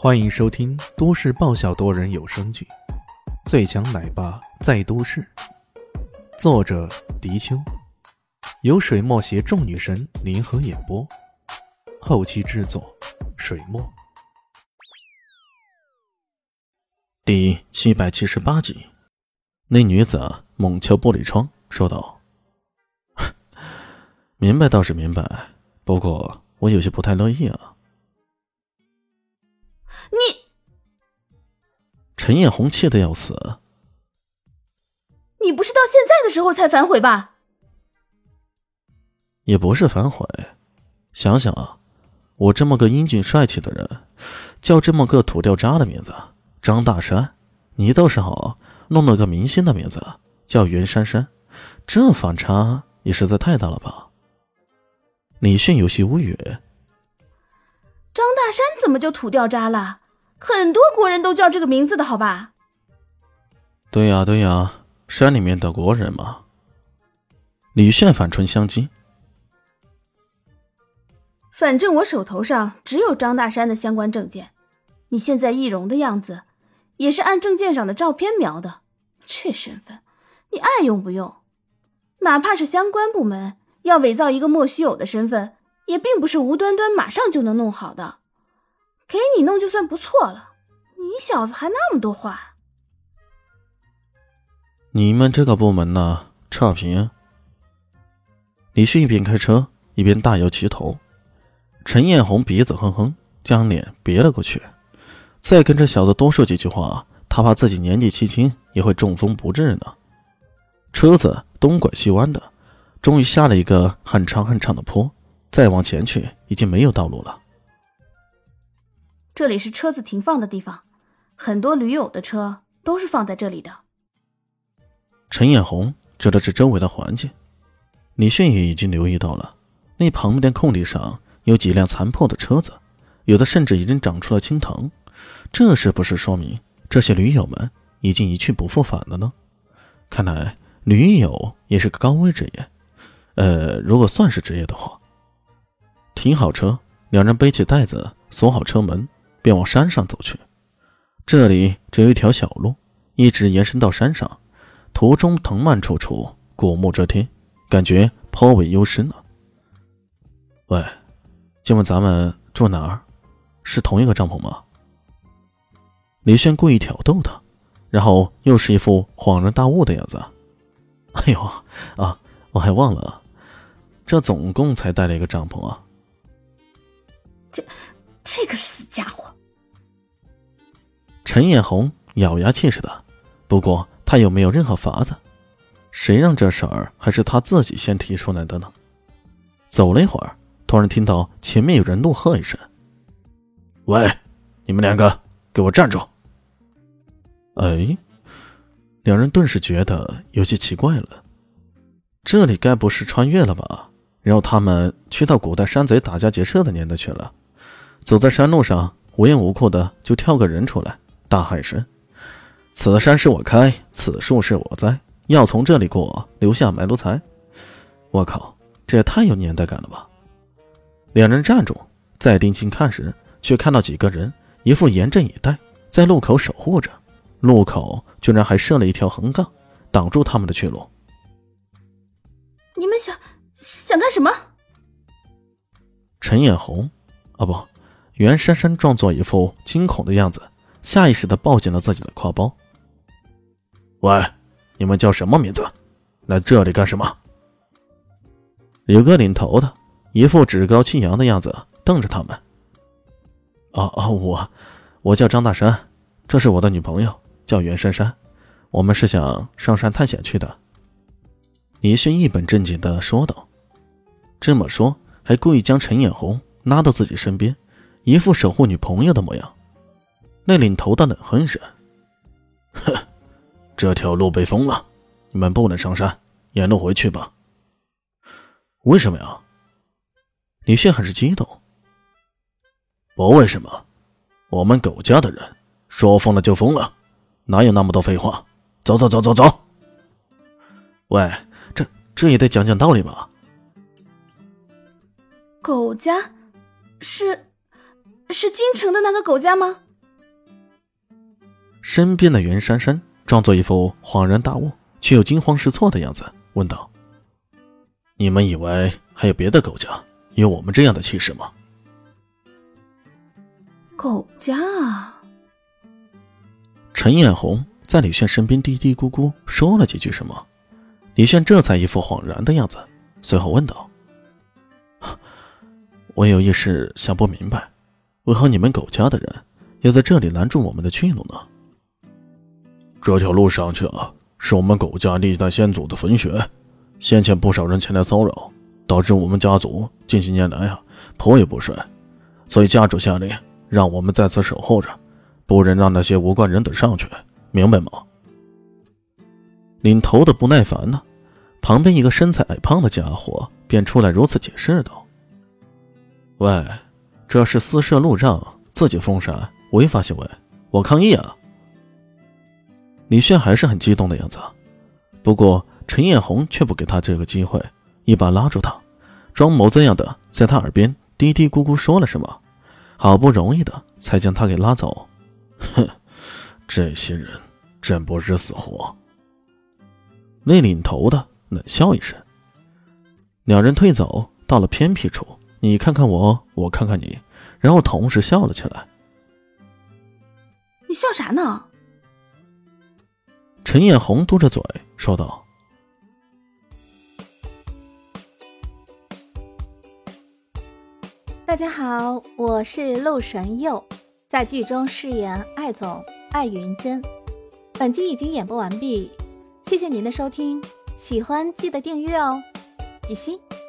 欢迎收听都市爆笑多人有声剧《最强奶爸在都市》，作者：迪秋，由水墨携众女神联合演播，后期制作：水墨。第778集，那女子猛敲玻璃窗，说道：“明白倒是明白，不过我有些不太乐意啊。” 你， 陈艳红气得要死。 你不是到现在的时候才反悔吧？ 也不是反悔，想想啊，我这么个英俊帅气的人，叫这么个土掉渣的名字张大山，你倒是好，弄了个明星的名字叫袁姗姗，这反差也实在太大了吧。李迅有些无语。 张大山怎么就土掉渣了？很多国人都叫这个名字的好吧？ 对呀对呀，山里面的国人嘛。李炫反唇相讥。 反正我手头上只有张大山的相关证件，你现在易容的样子也是按证件上的照片描的，这身份你爱用不用？哪怕是相关部门要伪造一个莫须有的身份，也并不是无端端马上就能弄好的，给你弄就算不错了，你小子还那么多话。 你们这个部门呢，差评。李迅一边开车一边大摇其头。陈艳红鼻子哼哼，将脸别了过去。再跟这小子多说几句话，他怕自己年纪轻轻也会中风不治呢。车子东拐西弯的，终于下了一个很长很长的坡，再往前去已经没有道路了。 这里是车子停放的地方，很多驴友的车都是放在这里的。 陈艳红指了指周围的环境，李迅也已经留意到了，那旁边的空地上有几辆残破的车子，有的甚至已经长出了青藤，这是不是说明这些驴友们已经一去不复返了呢？看来驴友也是个高危职业，如果算是职业的话。停好车，两人背起袋子，锁好车门，便往山上走去。这里只有一条小路，一直延伸到山上，途中藤蔓处处，古木遮天，感觉颇为幽深呢。喂，请问咱们住哪儿？是同一个帐篷吗？李轩故意挑逗他，然后又是一副恍然大悟的样子。哎呦啊，我还忘了，这总共才带了一个帐篷啊。 这个死家伙！ 陈艳红咬牙切齿的，不过他又没有任何法子，谁让这事儿还是他自己先提出来的呢？走了一会儿，突然听到前面有人怒喝一声：“喂，你们两个给我站住！”哎，两人顿时觉得有些奇怪了，这里该不是穿越了吧？然后他们去到古代山贼打家劫舍的年代去了，走在山路上无缘无故的就跳个人出来，大喊声：“此山是我开，此树是我栽，要从这里过，留下埋奴才。”我靠，这也太有年代感了吧！两人站住，再定睛看时，却看到几个人一副严阵以待，在路口守护着，路口居然还设了一条横杠，挡住他们的去路。 你们想干什么？ 陈艳红不，袁姗姗装作一副惊恐的样子，下意识地抱紧了自己的挎包。喂，你们叫什么名字？来这里干什么？有个领头的一副趾高气扬的样子瞪着他们。我叫张大山，这是我的女朋友，叫袁姗姗，我们是想上山探险去的。李迅一本正经地说道。这么说，还故意将陈艳红拉到自己身边，一副守护女朋友的模样。那领头的冷哼声：“哼，这条路被封了，你们不能上山，沿路回去吧。”为什么呀？李迅很是激动。不为什么，我们苟家的人说封了就封了，哪有那么多废话？走走走走走！喂，这也得讲讲道理吧？ 苟家是京城的那个苟家吗？ 身边的袁姗姗装作一副恍然大悟却又惊慌失措的样子，问道：你们以为还有别的狗家有我们这样的气势吗？ 狗家啊！ 陈艳红在李炫身边嘀嘀咕咕说了几句什么，李炫这才一副恍然的样子，随后问道：我有一事想不明白，为何你们狗家的人要在这里拦住我们的去路呢？这条路上去是我们狗家历代先祖的坟穴，先前不少人前来骚扰，导致我们家族近些年来颇为不顺，所以家主下令让我们在此守候着，不忍让那些无关人等上去，明白吗？领头的不耐烦呢，旁边一个身材矮胖的家伙便出来如此解释道：喂，这是私设路障，自己封杀，违法行为，我抗议啊！李炫还是很激动的样子，不过陈艳红却不给他这个机会，一把拉住他，装模作样的在他耳边嘀嘀咕咕说了什么，好不容易的才将他给拉走。哼，这些人真不知死活。那领头的冷笑一声，两人退走到了偏僻处，你看看我，我看看你，然后同时笑了起来。 你笑啥呢？ 陈艳红嘟着嘴说道： 大家好，我是陆神佑，在剧中饰演艾总艾云珍。本集已经演播完毕，谢谢您的收听，喜欢记得订阅哦，比心。